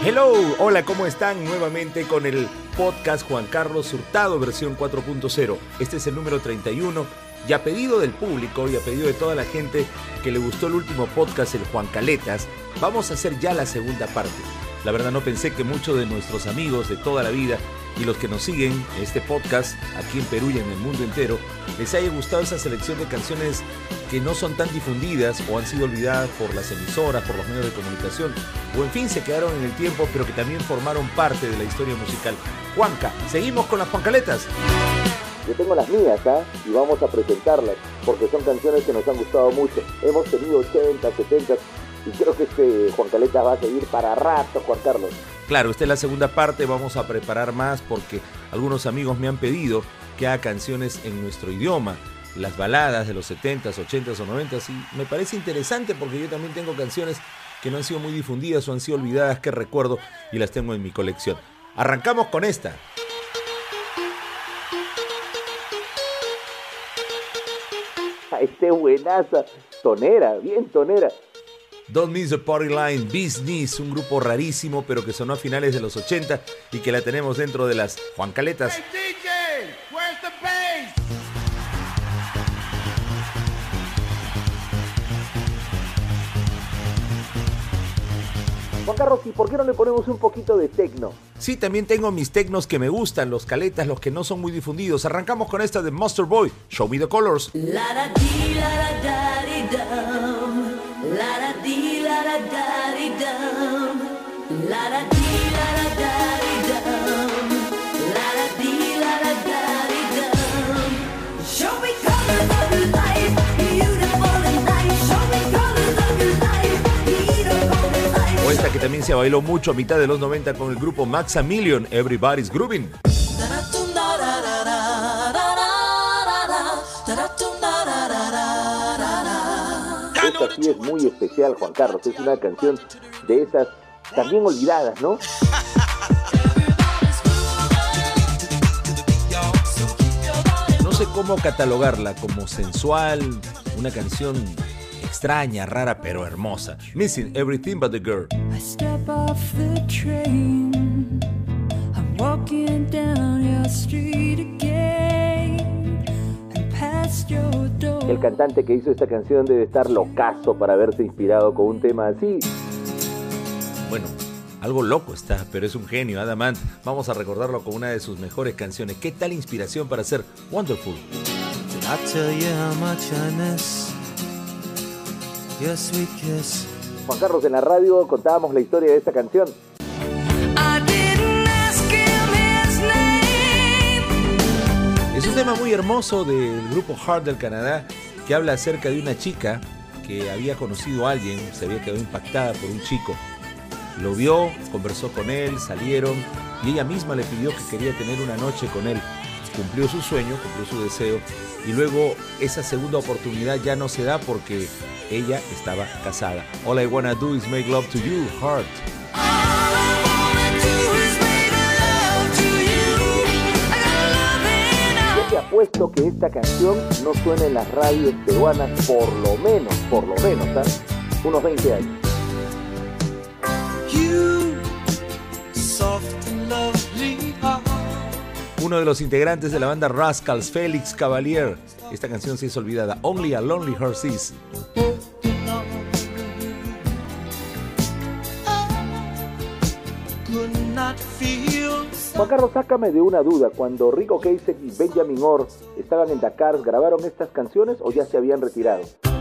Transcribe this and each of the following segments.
Hello, hola, ¿cómo están? Nuevamente con el podcast Juan Carlos Hurtado versión 4.0. Este es el número 31 y a pedido del público y a pedido de toda la gente que le gustó el último podcast, el Juan Caletas, vamos a hacer ya la segunda parte. La verdad no pensé que muchos de nuestros amigos de toda la vida y los que nos siguen en este podcast aquí en Perú y en el mundo entero les haya gustado esa selección de canciones que no son tan difundidas o han sido olvidadas por las emisoras, por los medios de comunicación o en fin se quedaron en el tiempo pero que también formaron parte de la historia musical. Juanca, ¿seguimos con las Juancaletas? Yo tengo las mías, y vamos a presentarlas porque son canciones que nos han gustado mucho. Hemos tenido 80, 70 y creo que este Juan Caletas va a seguir para rato, Juan Carlos. Claro, esta es la segunda parte, vamos a preparar más porque algunos amigos me han pedido que haga canciones en nuestro idioma, las baladas de los 70s, 80s o 90s, y me parece interesante porque yo también tengo canciones que no han sido muy difundidas o han sido olvidadas que recuerdo y las tengo en mi colección. Arrancamos con esta. Este buenaza, tonera, bien tonera. Don't Miss the Party Line, Business, un grupo rarísimo pero que sonó a finales de los 80 y que la tenemos dentro de las Juancaletas. Hey DJ, where's the bass? Juan Carlos, ¿y por qué no le ponemos un poquito de tecno? Sí, también tengo mis tecnos que me gustan, los caletas, los que no son muy difundidos. Arrancamos con esta de Monster Boy, Show Me the Colors. La da di la da da di dum. La da di la da da di dum. La da di la da da di dum. La da di la da da di dum. Show me colors of your life, beautiful and nice. Show me colors of your life, beautiful and nice. O esta que también se bailó mucho a mitad de los 90 con el grupo Maxamillion, Everybody's Grooving. Esta sí es muy especial, Juan Carlos. Es una canción de esas también olvidadas, ¿no? No sé cómo catalogarla, como sensual, una canción extraña, rara, pero hermosa. Missing Everything But the Girl. I step off the train, I'm walking down your street again, and past your door. El cantante que hizo esta canción debe estar locazo para haberse inspirado con un tema así. Bueno, algo loco está, pero es un genio, Adamant. Vamos a recordarlo como una de sus mejores canciones. ¿Qué tal inspiración para hacer Wonderful? Did I tell you how much I miss your sweet kiss? Juan Carlos, en la radio contábamos la historia de esta canción. I didn't ask him his name. Es un tema muy hermoso del grupo Heart del Canadá que habla acerca de una chica que había conocido a alguien, se había quedado impactada por un chico. Lo vio, conversó con él, salieron y ella misma le pidió que quería tener una noche con él. Cumplió su sueño, cumplió su deseo y luego esa segunda oportunidad ya no se da porque ella estaba casada. All I wanna do is make love to you, Heart. Yo te apuesto que esta canción no suena en las radios peruanas por lo menos, unos 20 años. You, soft and lovely heart. Uno de los integrantes de la banda Rascals, Félix Cavalier. Esta canción se hizo olvidada. Only a Lonely Heart Sees. Could not feel Juan Carlos, sácame de una duda. Cuando Rico Ocasek y Benjamin Orr estaban en Dakar, ¿grabaron estas canciones o ya se habían retirado?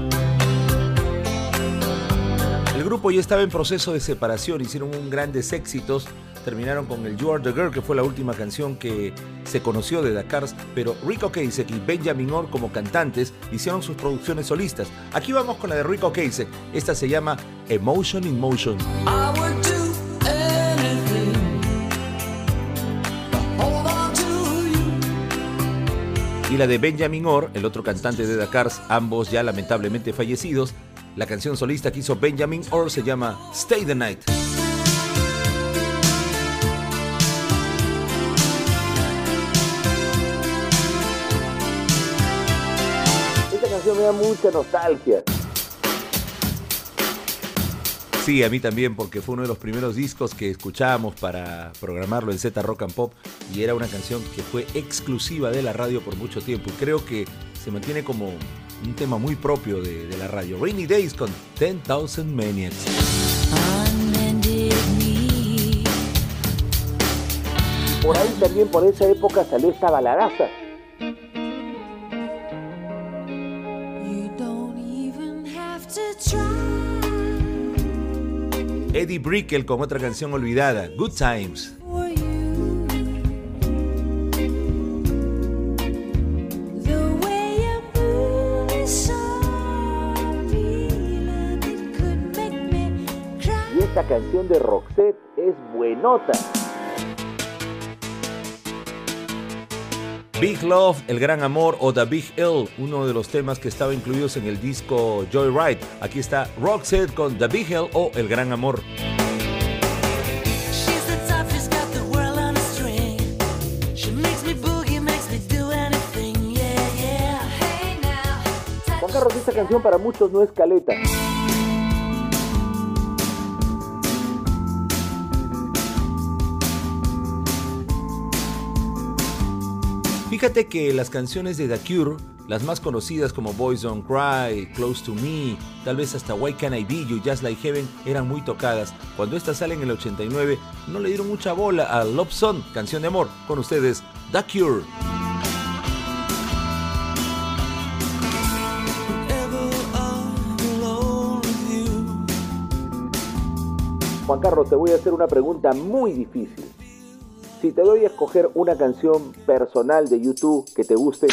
El grupo ya estaba en proceso de separación, hicieron grandes éxitos, terminaron con el You Are the Girl, que fue la última canción que se conoció de Dakar, pero Rico Ocasek y Benjamin Orr como cantantes hicieron sus producciones solistas. Aquí vamos con la de Rico Ocasek, esta se llama Emotion in Motion. I would do anything to hold on to you. Y la de Benjamin Orr, el otro cantante de Dakar, ambos ya lamentablemente fallecidos. La canción solista que hizo Benjamin Orr se llama Stay the Night. Esta canción me da mucha nostalgia. Sí, a mí también, porque fue uno de los primeros discos que escuchábamos para programarlo en Z Rock and Pop y era una canción que fue exclusiva de la radio por mucho tiempo y creo que se mantiene como un tema muy propio de la radio. Rainy Days con 10,000 Maniacs. Por ahí también, por esa época, salió esta baladaza. Eddie Brickell con otra canción olvidada, Good Times. Y esta canción de Roxette es buenota. Big Love, El Gran Amor o The Big L, uno de los temas que estaba incluidos en el disco Joyride. Aquí está Roxette con The Big L o El Gran Amor. Juan Carlos, esta canción para muchos no es caleta. Fíjate que las canciones de The Cure, las más conocidas como Boys Don't Cry, Close to Me, tal vez hasta Why Can't I Be You, Just Like Heaven, eran muy tocadas. Cuando estas salen en el 89, no le dieron mucha bola a Love Song, canción de amor. Con ustedes, The Cure. Juan Carlos, te voy a hacer una pregunta muy difícil. Si te doy a escoger una canción personal de YouTube que te guste,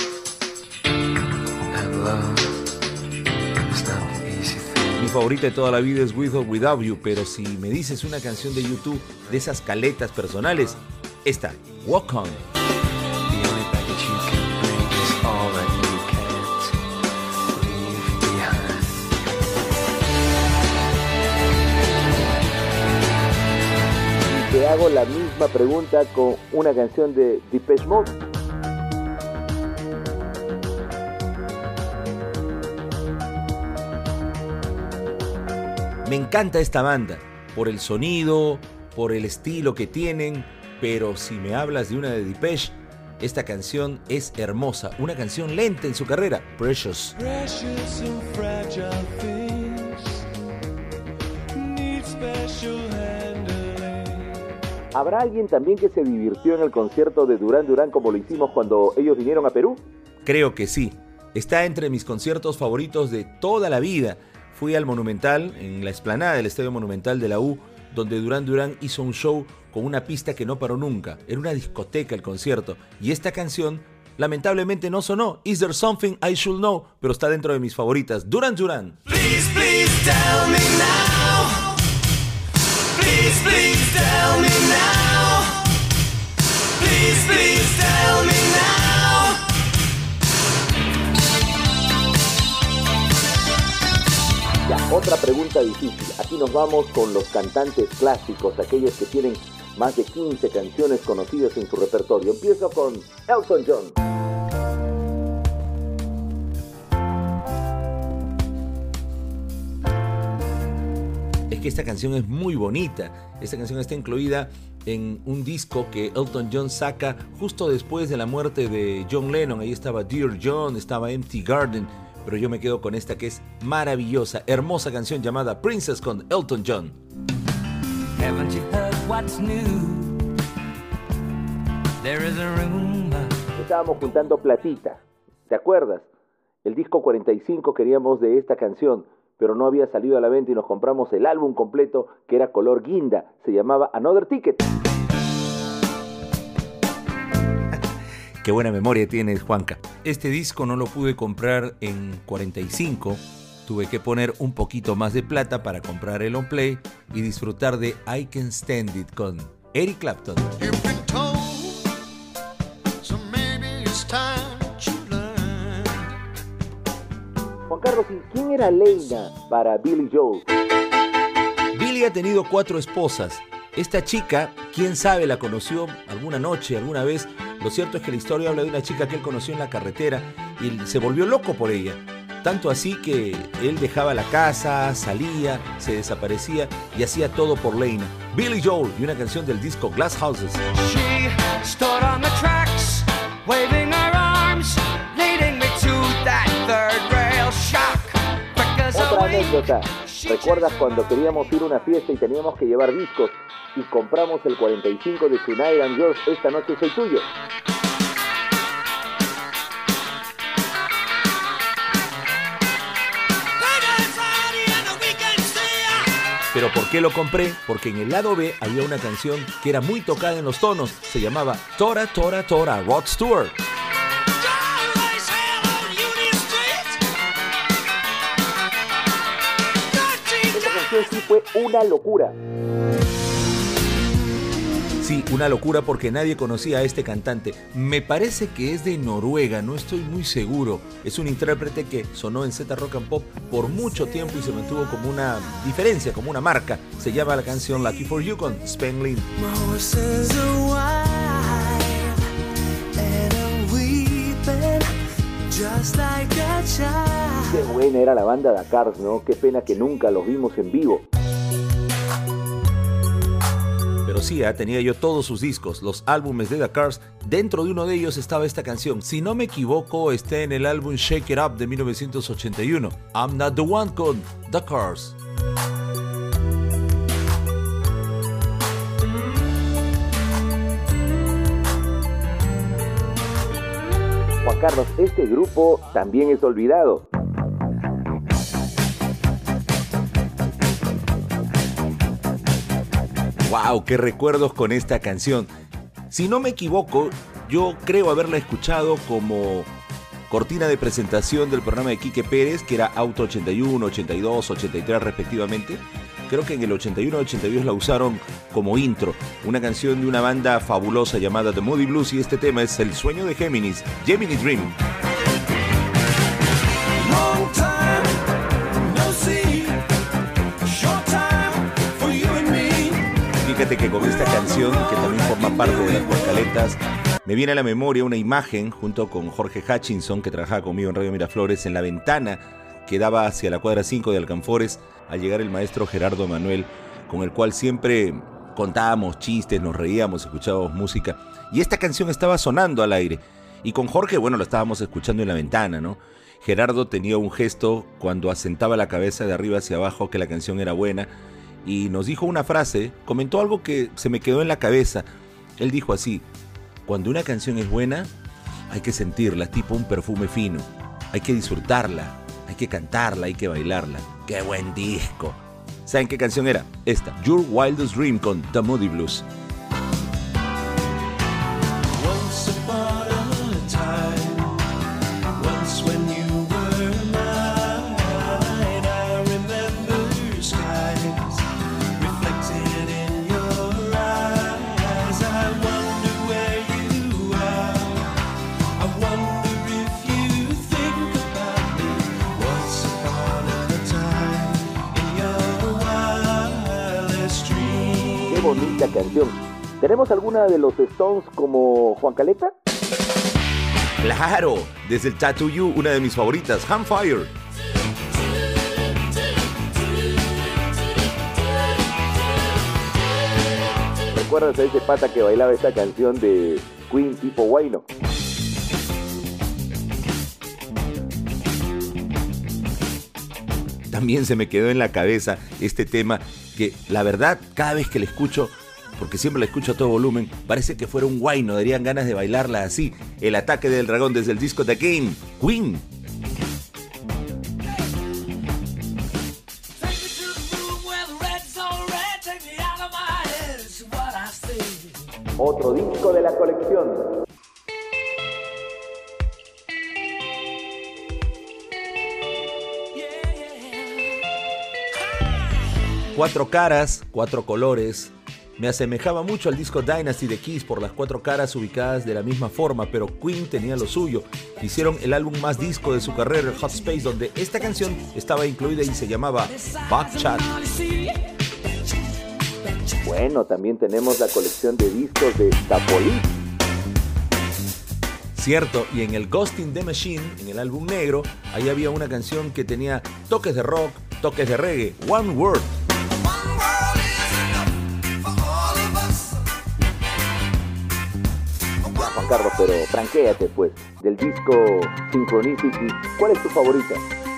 mi favorita de toda la vida es With or Without You, pero si me dices una canción de YouTube de esas caletas personales, esta, Walk On. te hago la misma pregunta con una canción de Depeche Mode. Me encanta esta banda, por el sonido, por el estilo que tienen, pero si me hablas de una de Depeche, esta canción es hermosa, una canción lenta en su carrera, Precious. Precious and fragile things need special handling. ¿Habrá alguien también que se divirtió en el concierto de Duran Duran como lo hicimos cuando ellos vinieron a Perú? Creo que sí. Está entre mis conciertos favoritos de toda la vida. Fui al Monumental, en la explanada del Estadio Monumental de la U, donde Duran Duran hizo un show con una pista que no paró nunca. Era una discoteca el concierto. Y esta canción, lamentablemente, no sonó. Is There Something I Should Know? Pero está dentro de mis favoritas. Duran Duran. Please, please tell me now. Please, please tell me now. Please, please tell me now. Ya, otra pregunta difícil. Aquí nos vamos con los cantantes clásicos, aquellos que tienen más de 15 canciones conocidas en su repertorio. Empiezo con Elton John. Es que esta canción es muy bonita. Esta canción está incluida en un disco que Elton John saca justo después de la muerte de John Lennon. Ahí estaba Dear John, estaba Empty Garden, pero yo me quedo con esta que es maravillosa, hermosa canción llamada Princess con Elton John. Haven't you heard what's new? There is a rumor. Estábamos juntando platita, ¿te acuerdas? El disco 45 queríamos de esta canción, pero no había salido a la venta y nos compramos el álbum completo que era color guinda, se llamaba Another Ticket. Qué buena memoria tienes, Juanca. Este disco no lo pude comprar en 45, tuve que poner un poquito más de plata para comprar el on play y disfrutar de I Can't Stand It con Eric Clapton. You've been told, so maybe it's time to learn. Juan Carlos, ¿y quién era Leyna para Billy Joel? Billy ha tenido 4 esposas. Esta chica, quién sabe, la conoció alguna noche, alguna vez. Lo cierto es que la historia habla de una chica que él conoció en la carretera y se volvió loco por ella. tanto así que él dejaba la casa, salía, se desaparecía y hacía todo por Lena. Billy Joel y una canción del disco Glass Houses. She stood on the tracks, waving her arms, leading me to that third rail shock. Quick as a Otra wink, anécdota. she ¿Recuerdas cuando queríamos ir a una fiesta y teníamos que llevar discos y compramos el 45 de Tonight I'm Yours, Esta Noche Soy Tuyo? Pero ¿por qué lo compré? Porque en el lado B había una canción que era muy tocada en los tonos. Se llamaba Tora Tora Tora, Rod Stewart. Esta canción sí fue una locura. Sí, una locura porque nadie conocía a este cantante. Me parece que es de Noruega, no estoy muy seguro. Es un intérprete que sonó en Z Rock and Pop por mucho tiempo y se mantuvo como una diferencia, como una marca. Se llama la canción Lucky for You con Sven Lind. Qué buena era la banda The Cars, ¿no? Qué pena que nunca los vimos en vivo. Pero sí, tenía yo todos sus discos, los álbumes de The Cars. Dentro de uno de ellos estaba esta canción. Si no me equivoco, está en el álbum Shake It Up de 1981. I'm Not the One con The Cars. Juan Carlos, este grupo también es olvidado. ¡Wow! ¡Qué recuerdos con esta canción! Si no me equivoco, yo creo haberla escuchado como cortina de presentación del programa de Quique Pérez, que era Auto 81, 82, 83 respectivamente. Creo que en el 81-82 la usaron como intro. Una canción de una banda fabulosa llamada The Moody Blues, y este tema es El Sueño de Géminis, Gemini Dream. Fíjate que con esta canción, que también forma parte de las Huascaletas, me viene a la memoria una imagen junto con Jorge Hutchinson, que trabajaba conmigo en Radio Miraflores, en la ventana que daba hacia la cuadra 5 de Alcanfores, al llegar el maestro Gerardo Manuel, con el cual siempre contábamos chistes, nos reíamos, escuchábamos música, y esta canción estaba sonando al aire. Y con Jorge, bueno, lo estábamos escuchando en la ventana, ¿no? Gerardo tenía un gesto cuando asentaba la cabeza de arriba hacia abajo que la canción era buena, y nos dijo una frase, comentó algo que se me quedó en la cabeza. Él dijo así: cuando una canción es buena, hay que sentirla, tipo un perfume fino, hay que disfrutarla, hay que cantarla, hay que bailarla. ¡Qué buen disco! ¿Saben qué canción era? Esta, Your Wildest Dream con The Moody Blues. Bonita canción. ¿Tenemos alguna de los Stones como Juan Caleta? ¡Claro! Desde el Tattoo You, una de mis favoritas, Hamfire. ¿Recuerdas a ese pata que bailaba esta canción de Queen tipo Guayno? También se me quedó en la cabeza este tema que, la verdad, cada vez que la escucho, porque siempre la escucho a todo volumen, parece que fuera un guayno, darían ganas de bailarla así. El ataque del dragón desde el disco The Game, Queen. Otro disco de la colección. Cuatro caras, cuatro colores. Me asemejaba mucho al disco Dynasty de Kiss por las cuatro caras ubicadas de la misma forma, pero Queen tenía lo suyo. Hicieron el álbum más disco de su carrera, el Hot Space, donde esta canción estaba incluida y se llamaba Back Chat. Bueno, también tenemos la colección de discos de The Police. Cierto, y en el Ghost in the Machine, en el álbum negro, ahí había una canción que tenía toques de rock, toques de reggae, One Word. Juan Carlos, pero franquéate pues, del disco Synchronicity, ¿cuál es tu favorita?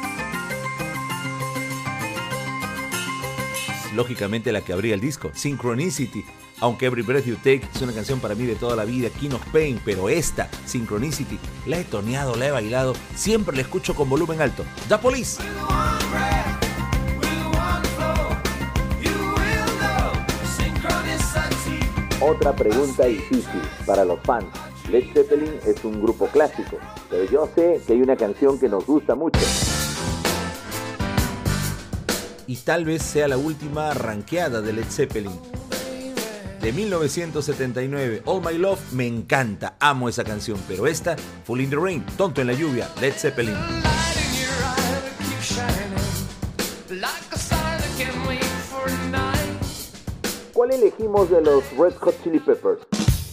Lógicamente la que abría el disco, Synchronicity, aunque Every Breath You Take es una canción para mí de toda la vida, King of Pain, pero esta, Synchronicity, la he toneado, la he bailado, siempre la escucho con volumen alto. The Police. Otra pregunta difícil para los fans. Led Zeppelin es un grupo clásico, pero yo sé que hay una canción que nos gusta mucho. Y tal vez sea la última rankeada de Led Zeppelin. De 1979, All My Love, me encanta, amo esa canción, pero esta, Fall in the Rain, Tonto en la lluvia, Led Zeppelin. ¿Cuál elegimos de los Red Hot Chili Peppers?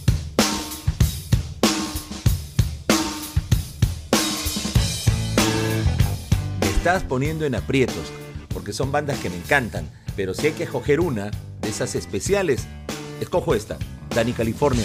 Me estás poniendo en aprietos, porque son bandas que me encantan, pero si hay que escoger una de esas especiales, escojo esta, Danny California.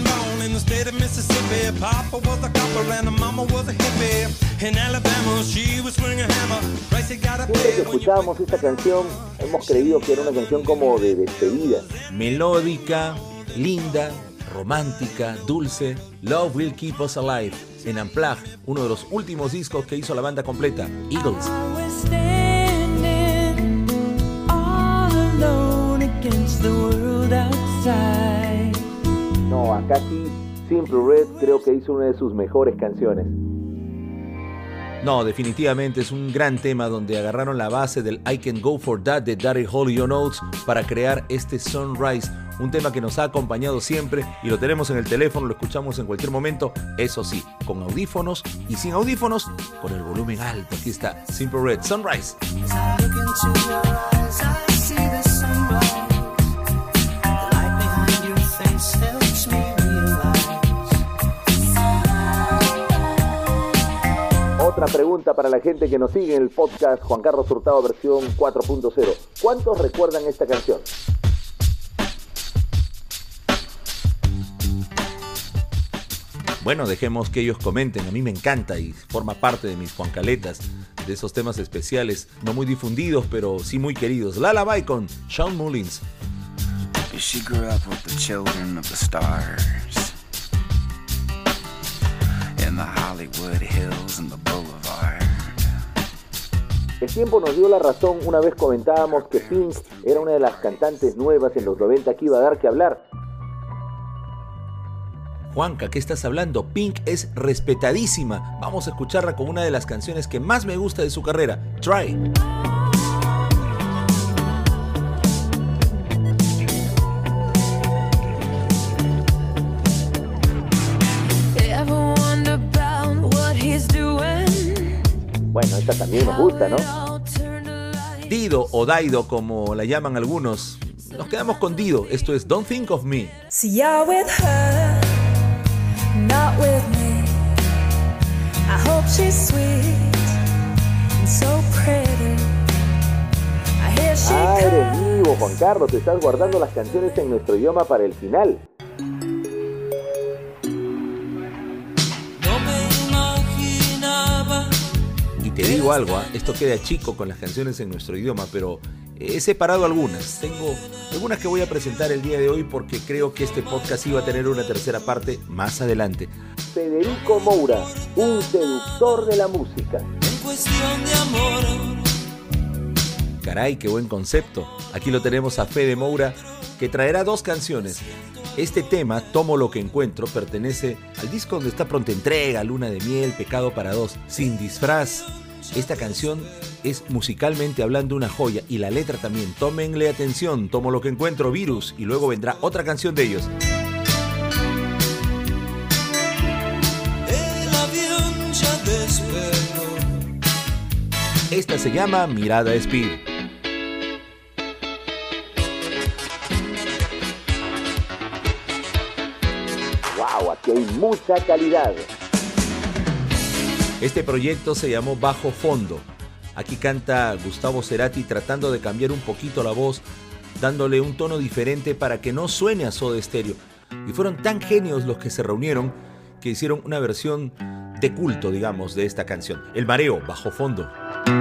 Siempre que escuchábamos esta canción, hemos creído que era una canción como de despedida. Melódica, linda, romántica, dulce, Love Will Keep Us Alive, en Unplugged, uno de los últimos discos que hizo la banda completa, Eagles. I was standing all alone against the world outside. No, acá sí, Simple Red creo que hizo una de sus mejores canciones. No, definitivamente es un gran tema donde agarraron la base del I Can Go For That de Daryl Hall y Oates para crear este Sunrise, un tema que nos ha acompañado siempre y lo tenemos en el teléfono, lo escuchamos en cualquier momento, eso sí, con audífonos y sin audífonos, con el volumen alto. Aquí está Simple Red, Sunrise. Otra pregunta para la gente que nos sigue en el podcast Juan Carlos Hurtado versión 4.0. ¿Cuántos recuerdan esta canción? Bueno, dejemos que ellos comenten, a mí me encanta y forma parte de mis Juancaletas, de esos temas especiales, no muy difundidos, pero sí muy queridos. Lullaby con Sean Mullins. She grew up with the children of the stars in the Hollywood Hills and the Boulevard. El tiempo nos dio la razón, una vez comentábamos que Pink era una de las cantantes nuevas en los 90 que iba a dar que hablar. Juanca, ¿qué estás hablando? Pink es respetadísima. Vamos a escucharla con una de las canciones que más me gusta de su carrera, Try. Bueno, esta también nos gusta, ¿no? Dido o Daido, como la llaman algunos. Nos quedamos con Dido. Esto es Don't Think of Me. See, you're with her, not with me. I hope she's sweet and so pretty. I hear she eres vivo, Juan Carlos. Te estás guardando las canciones en nuestro idioma para el final. Te digo algo, esto queda chico con las canciones en nuestro idioma, pero he separado algunas. Tengo algunas que voy a presentar el día de hoy porque creo que este podcast iba a tener una tercera parte más adelante. Federico Moura, un seductor de la música. En cuestión de amor. Caray, qué buen concepto. Aquí lo tenemos a Fede Moura, que traerá dos canciones. Este tema, Tomo lo que encuentro, pertenece al disco donde está Pronta Entrega, Luna de Miel, Pecado para Dos, Sin Disfraz. Esta canción es musicalmente hablando una joya y la letra también. Tómenle atención, Tomo lo que encuentro, Virus, y luego vendrá otra canción de ellos. El avión ya despegó. Esta se llama Mirada Speed. Wow, aquí hay mucha calidad. Este proyecto se llamó Bajo Fondo. Aquí canta Gustavo Cerati tratando de cambiar un poquito la voz, dándole un tono diferente para que no suene a Soda Stereo. Y fueron tan genios los que se reunieron que hicieron una versión de culto, digamos, de esta canción. El Mareo, Bajo Fondo.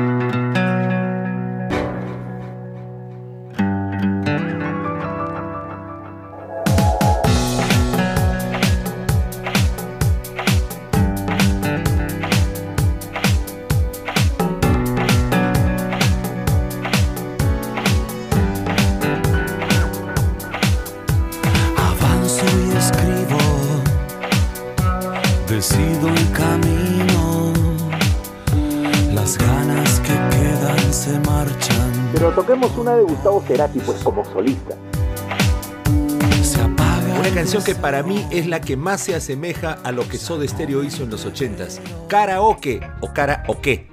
Decido el camino, las ganas que quedan se marchan. Pero toquemos una de Gustavo Cerati, pues como solista. Se apaga Una canción que para mí es la que más se asemeja a lo que Soda Stereo hizo en los 80s. Karaoke o Karaoke.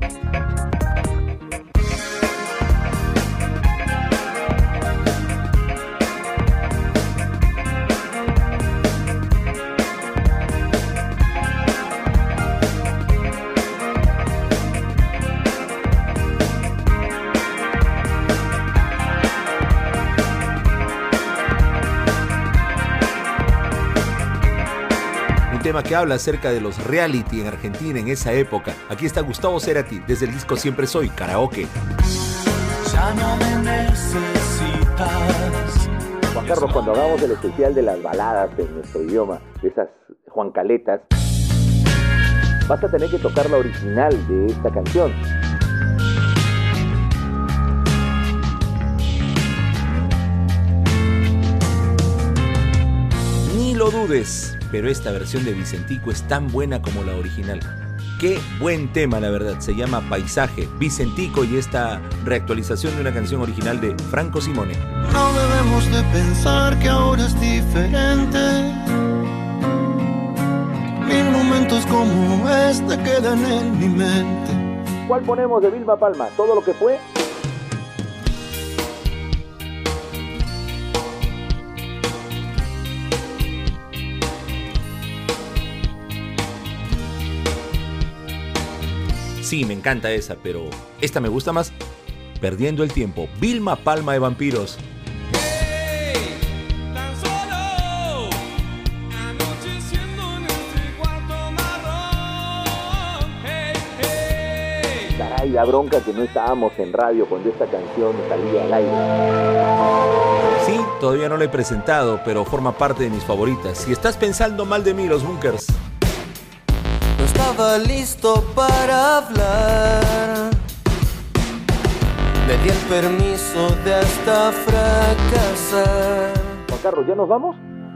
Tema que habla acerca de los reality en Argentina en esa época. Aquí está Gustavo Cerati desde el disco Siempre Soy, Karaoke. Ya no me necesitas. Juan Carlos, cuando hagamos el especial de las baladas en nuestro idioma, de esas Juancaletas, vas a tener que tocar la original de esta canción. Ni lo dudes, pero esta versión de Vicentico es tan buena como la original. Qué buen tema, la verdad. Se llama Paisaje, Vicentico y esta reactualización de una canción original de Franco Simone. No debemos de pensar que ahora es diferente. Mil momentos como este quedan en mi mente. ¿Cuál ponemos de Vilma Palma? ¿Todo lo que fue? Sí, me encanta esa, pero esta me gusta más. Perdiendo el tiempo, Vilma Palma de Vampiros. Hey, tan solo, anocheciendo en este cuarto marrón. Hey, hey. Caray, la bronca que no estábamos en radio cuando esta canción salía al aire. Sí, todavía no la he presentado, pero forma parte de mis favoritas. Si estás pensando mal de mí, Los Bunkers. No estaba listo para hablar. Me di el permiso de hasta fracasar. Juan Carlos, ¿ya nos vamos?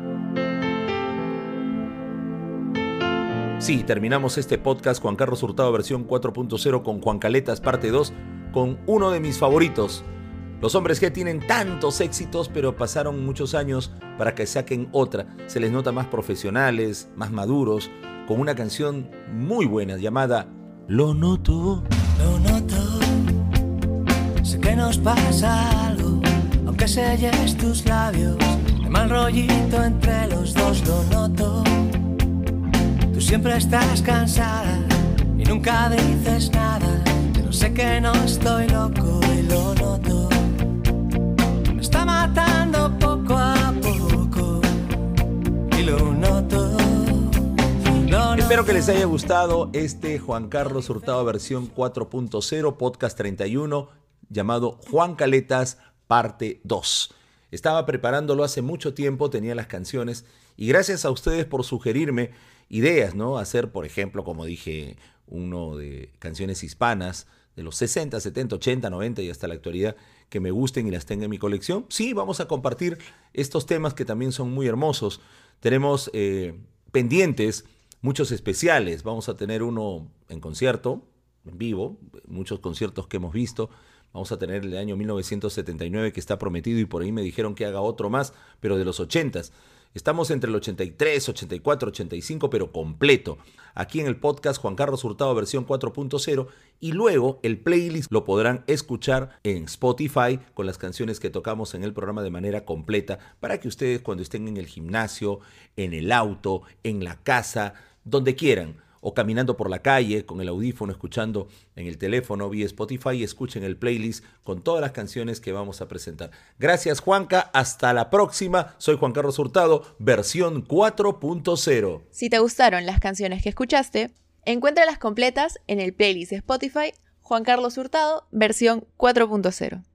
Sí, terminamos este podcast Juan Carlos Hurtado versión 4.0 con Juancaletas parte 2 con uno de mis favoritos. Los Hombres G tienen tantos éxitos, pero pasaron muchos años para que saquen otra. Se les nota más profesionales, más maduros, con una canción muy buena llamada Lo Noto. Lo noto, sé que nos pasa algo, aunque selles tus labios, de mal rollito entre los dos, lo noto. Tú siempre estás cansada y nunca dices nada, pero sé que no estoy loco y lo noto. Me está matando poco a poco y lo noto. Espero que les haya gustado este Juan Carlos Hurtado versión 4.0 podcast 31 llamado Juancaletas parte 2. Estaba preparándolo hace mucho tiempo, tenía las canciones y gracias a ustedes por sugerirme ideas, ¿no? Hacer, por ejemplo, como dije, uno de canciones hispanas de los 60, 70, 80, 90 y hasta la actualidad que me gusten y las tenga en mi colección. Sí, vamos a compartir estos temas que también son muy hermosos. Tenemos pendientes muchos especiales. Vamos a tener uno en concierto, en vivo, muchos conciertos que hemos visto. Vamos a tener el de año 1979 que está prometido y por ahí me dijeron que haga otro más, pero de los 80s. Estamos entre el 83, 84, 85, pero completo. Aquí en el podcast Juan Carlos Hurtado versión 4.0 y luego el playlist lo podrán escuchar en Spotify con las canciones que tocamos en el programa de manera completa para que ustedes cuando estén en el gimnasio, en el auto, en la casa, donde quieran o caminando por la calle con el audífono, escuchando en el teléfono vía Spotify y escuchen el playlist con todas las canciones que vamos a presentar. Gracias, Juanca. Hasta la próxima. Soy Juan Carlos Hurtado, versión 4.0. Si te gustaron las canciones que escuchaste, encuéntralas completas en el playlist Spotify Juan Carlos Hurtado, versión 4.0.